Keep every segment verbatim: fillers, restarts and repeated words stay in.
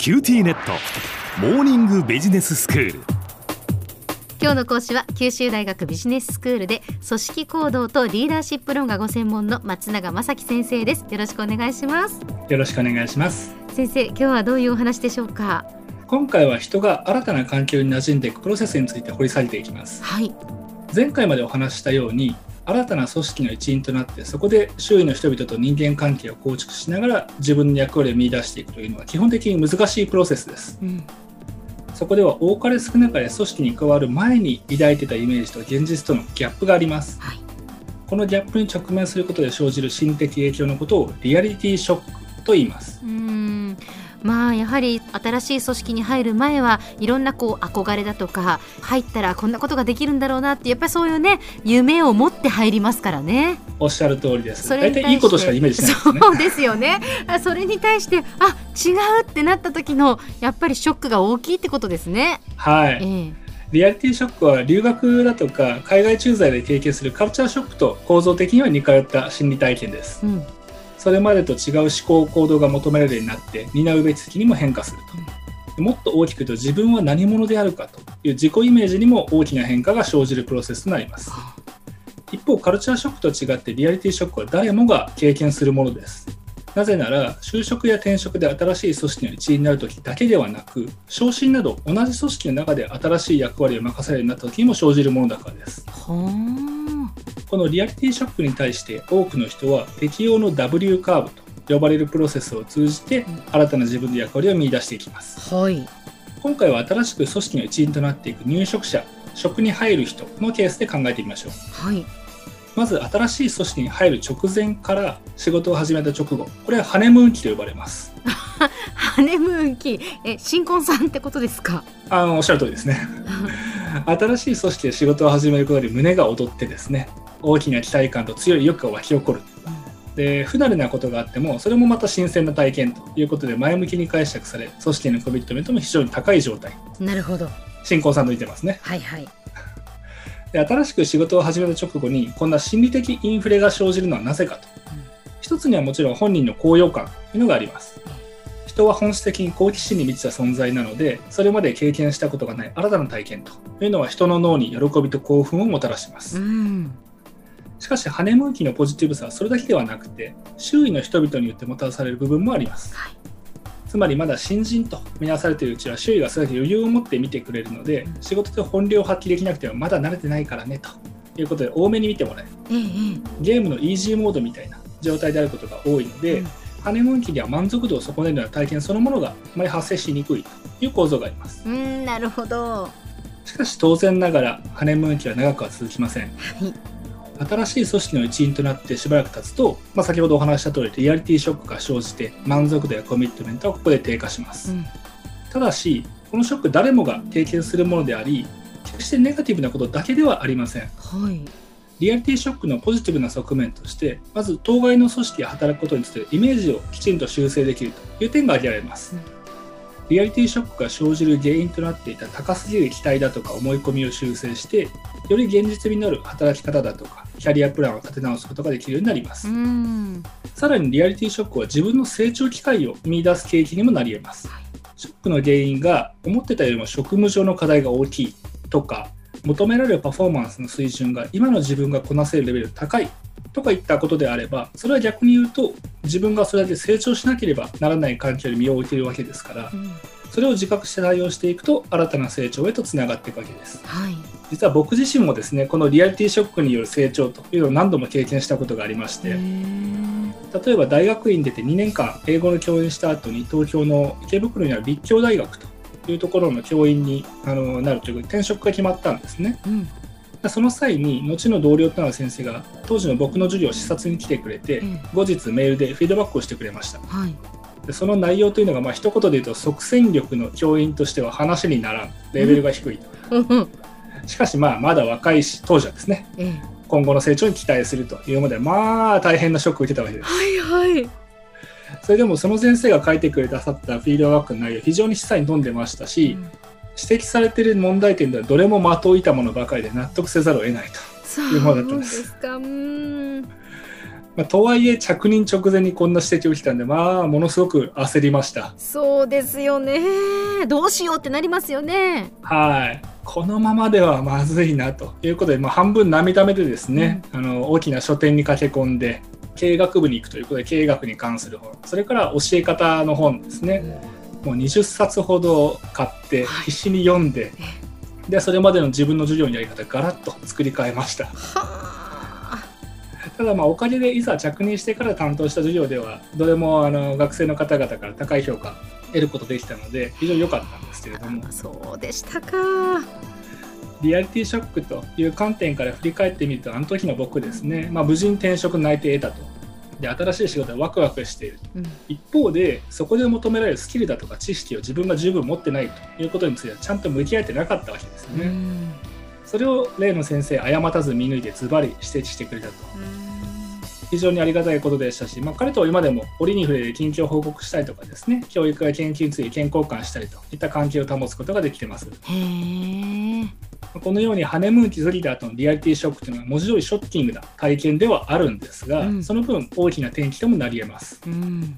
キューティーネットモーニングビジネススクール。 今日の講師は九州大学ビジネススクールで組織行動とリーダーシップ論がご専門の松永正樹先生です。よろしくお願いします。 よろしくお願いします。 先生、今日はどういうお話でしょうか？ 今回は人が新たな環境に馴染んでいくプロセスについて掘り下げていきます。 はい。 前回までお話ししたように、新たな組織の一員となってそこで周囲の人々と人間関係を構築しながら自分の役割を見出していくというのは基本的に難しいプロセスです、うん、そこでは多かれ少なかれ組織に加わる前に抱いてたイメージと現実とのギャップがあります、はい、このギャップに直面することで生じる心的影響のことをリアリティショックと言います。 うーんまあ、やはり新しい組織に入る前はいろんなこう憧れだとか、入ったらこんなことができるんだろうなって、やっぱりそういうね夢を持って入りますからね。 おっしゃる通りです。大体いいことしかイメージしないですね。 そうですよね。それに対してあ違うってなった時のやっぱりショックが大きいってことですね。 はい、えー、リアリティショックは留学だとか海外駐在で経験するカルチャーショックと構造的には似通った心理体験です、うん、それまでと違う思考行動が求められるようになって担うべき責任も変化すると、もっと大きく言うと自分は何者であるかという自己イメージにも大きな変化が生じるプロセスとなります。一方カルチャーショックと違ってリアリティショックは誰もが経験するものです。なぜなら就職や転職で新しい組織の一員になるときだけではなく、昇進など同じ組織の中で新しい役割を任されるようになったときにも生じるものだからです。このリアリティショックに対して多くの人は適応の ダブリュー カーブと呼ばれるプロセスを通じて新たな自分の役割を見出していきます、はい、今回は新しく組織の一員となっていく入職者、職に入る人のケースで考えてみましょう、はい、まず新しい組織に入る直前から仕事を始めた直後、これはハネムーン期と呼ばれますハネムーン期、え新婚さんってことですか？ あのおっしゃる通りですね新しい組織で仕事を始めることで胸が躍ってですね、大きな期待感と強い意欲が湧き起こる。で不慣れなことがあってもそれもまた新鮮な体験ということで前向きに解釈され、組織へのコミットメントも非常に高い状態。 なるほど。 新婚さんと言ってますね。 はいはい。 で新しく仕事を始めた直後にこんな心理的インフレが生じるのはなぜかと、うん、一つにはもちろん本人の高揚感というのがあります。人は本質的に好奇心に満ちた存在なので、それまで経験したことがない新たな体験というのは人の脳に喜びと興奮をもたらします、うん、しかしハネムーン期のポジティブさはそれだけではなくて、周囲の人々によってもたらされる部分もあります、はい、つまりまだ新人と見なされているうちは周囲がそれだけ余裕を持って見てくれるので、うん、仕事で本領を発揮できなくてはまだ慣れてないからねということで多めに見てもらえる、うんうん、ゲームのイージーモードみたいな状態であることが多いので、うんハネムーン期には満足度を損ねるような体験そのものがあまり発生しにくいという構造があります。 うーんなるほど。 しかし当然ながらハネムーン期は長くは続きません、はい、新しい組織の一員となってしばらく経つと、まあ、先ほどお話した通りリアリティショックが生じて満足度やコミットメントはここで低下します、うん、ただしこのショック誰もが経験するものであり、決してネガティブなことだけではありません、はいリアリティショックのポジティブな側面として、まず当該の組織で働くことについてイメージをきちんと修正できるという点が挙げられます、うん、リアリティショックが生じる原因となっていた高すぎる期待だとか思い込みを修正して、より現実味のある働き方だとかキャリアプランを立て直すことができるようになります。うんさらにリアリティショックは自分の成長機会を見出す契機にもなり得ます、はい、ショックの原因が思ってたよりも職務上の課題が大きいとか、求められるパフォーマンスの水準が今の自分がこなせるレベル高いとかいったことであれば、それは逆に言うと自分がそれだけ成長しなければならない環境に身を置いているわけですから、うん、それを自覚して対応していくと新たな成長へとつながっていくわけです、はい、実は僕自身もですねこのリアリティショックによる成長というのを何度も経験したことがありまして、例えば大学院出てにねんかん英語の教員した後に東京の池袋にある立教大学というところの教員にあのなるという転職が決まったんですね、うん、その際に後の同僚となる先生が当時の僕の授業を視察に来てくれて、うん、後日メールでフィードバックをしてくれました、はい、でその内容というのがまあ一言で言うと即戦力の教員としては話にならん、レベルが低いと、うん、しかしまあまだ若いし当時はですね、うん、今後の成長に期待するというのでまあ大変なショックを受けたわけです、はいはい、それでもその先生が書いてくれたさったフィードバックの内容非常に示唆に富んでましたし、うん、指摘されている問題点ではどれも的を射たものばかりで納得せざるを得ないというものだったんです。 そうですか。うーんまあ、とはいえ着任直前にこんな指摘を来たんで、まあものすごく焦りました。 そうですよね。どうしようってなりますよね。 はい、このままではまずいなということで、まあ、半分涙目でですね、うん、あの大きな書店に駆け込んで経営学部に行くということで、経営学に関する本、それから教え方の本ですね、もうにじゅっさつほど買って必死に読んで、はい、でそれまでの自分の授業のやり方ガラッと作り変えました。ただまあおかげでいざ着任してから担当した授業ではどれもあの学生の方々から高い評価得ることできたので非常に良かったんですけれども。 そうでしたか。 リアリティショックという観点から振り返ってみると、あの時の僕ですね、まあ、無事に転職内定得たと、で新しい仕事でワクワクしている、うん、一方でそこで求められるスキルだとか知識を自分が十分持ってないということについてはちゃんと向き合えてなかったわけですね。うん、それを例の先生誤たず見抜いてズバリ指摘してくれたと、非常にありがたいことでしたし、まあ、彼と今でも折に触れて近況を報告したりとかですね、教育や研究について意見交換したりといった関係を保つことができています。 へー。 このようにハネムーン期過ぎた後のリアリティショックというのは文字通りショッキングな体験ではあるんですが、うん、その分大きな転機ともなり得ます。うん、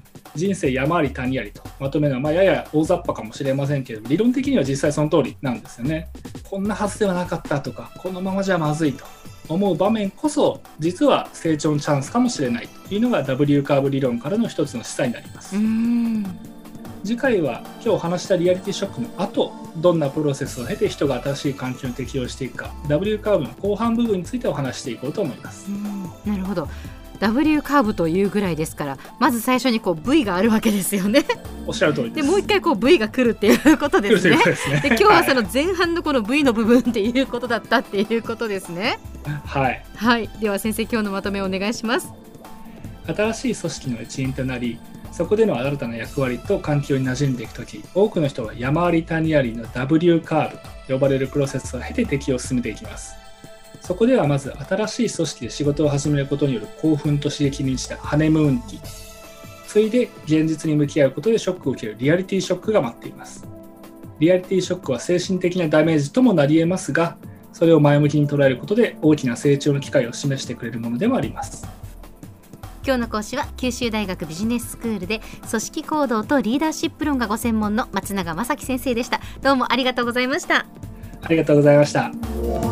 人生山あり谷ありとまとめるのは、まあ、やや大雑把かもしれませんけれども、理論的には実際その通りなんですよね。こんなはずではなかったとか、このままじゃまずいと思う場面こそ実は成長のチャンスかもしれないというのが ダブリュー カーブ理論からの一つの示唆になります。うーん、次回は今日話したリアリティショックの後、どんなプロセスを経て人が新しい環境に適応していくか、 ダブリュー カーブの後半部分についてお話していこうと思います。 うん、なるほど。 ダブリュー カーブというぐらいですから、まず最初にこう V があるわけですよね。 おっしゃる通りです。 でもう一回こう V が来るっていうことですね。で今日はその前半のこの V の部分っていうことだったっていうことですね。 はい、 はい、では先生、今日のまとめをお願いします。 新しい組織の一員となり、そこでの新たな役割と環境に馴染んでいくとき、多くの人は山あり谷ありの ダブリュー カーブと呼ばれるプロセスを経て適応を進めていきます。そこではまず新しい組織で仕事を始めることによる興奮と刺激に満ちたハネムーン期、次いで現実に向き合うことでショックを受けるリアリティショックが待っています。リアリティショックは精神的なダメージともなり得ますが、それを前向きに捉えることで大きな成長の機会を示してくれるものでもあります。 今日の講師は九州大学ビジネススクールで組織行動とリーダーシップ論がご専門の松永正樹先生でした。どうもありがとうございました。 ありがとうございました。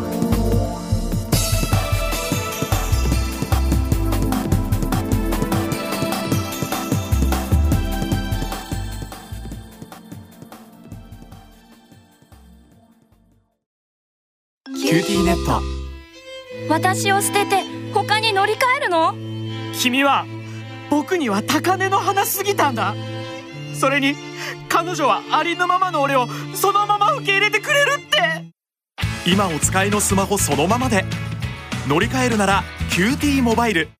キューティーネット。 私を捨てて他に乗り換えるの？ 君は僕には高嶺の花すぎたんだ。それに彼女はありのままの俺をそのまま受け入れてくれるって。 今お使いのスマホそのままで乗り換えるなら キューティー モバイル。